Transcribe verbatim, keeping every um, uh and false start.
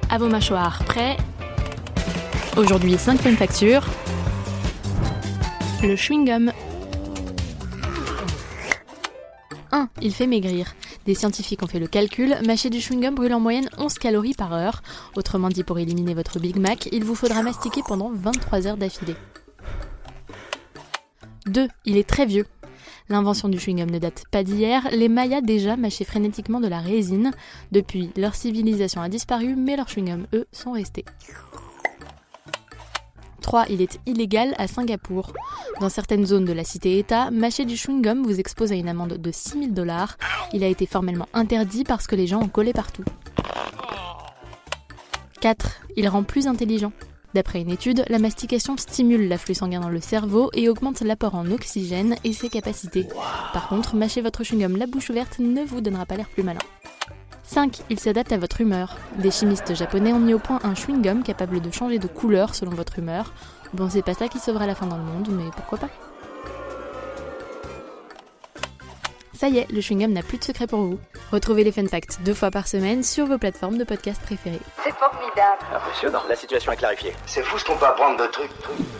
À vos mâchoires, prêts ? Aujourd'hui, cinq fun factures. Le chewing-gum. un. Il fait maigrir. Des scientifiques ont fait le calcul, mâcher du chewing-gum brûle en moyenne onze calories par heure. Autrement dit, pour éliminer votre Big Mac, il vous faudra mastiquer pendant vingt-trois heures d'affilée. deux. Il est très vieux. L'invention du chewing-gum ne date pas d'hier, les Mayas déjà mâchaient frénétiquement de la résine. Depuis, leur civilisation a disparu, mais leurs chewing-gums, eux, sont restés. trois. Il est illégal à Singapour. Dans certaines zones de la cité-État, mâcher du chewing-gum vous expose à une amende de six mille dollars. Il a été formellement interdit parce que les gens en collaient partout. quatre. Il rend plus intelligent. D'après une étude, la mastication stimule l'afflux sanguin dans le cerveau et augmente l'apport en oxygène et ses capacités. Par contre, mâcher votre chewing-gum la bouche ouverte ne vous donnera pas l'air plus malin. cinq. Il s'adapte à votre humeur. Des chimistes japonais ont mis au point un chewing-gum capable de changer de couleur selon votre humeur. Bon, c'est pas ça qui sauvera la faim dans le monde, mais pourquoi pas ? Ça y est, le chewing-gum n'a plus de secret pour vous. Retrouvez les fun facts deux fois par semaine sur vos plateformes de podcast préférées. C'est formidable. Impressionnant, la situation est clarifiée. C'est fou ce qu'on peut apprendre de trucs. trucs.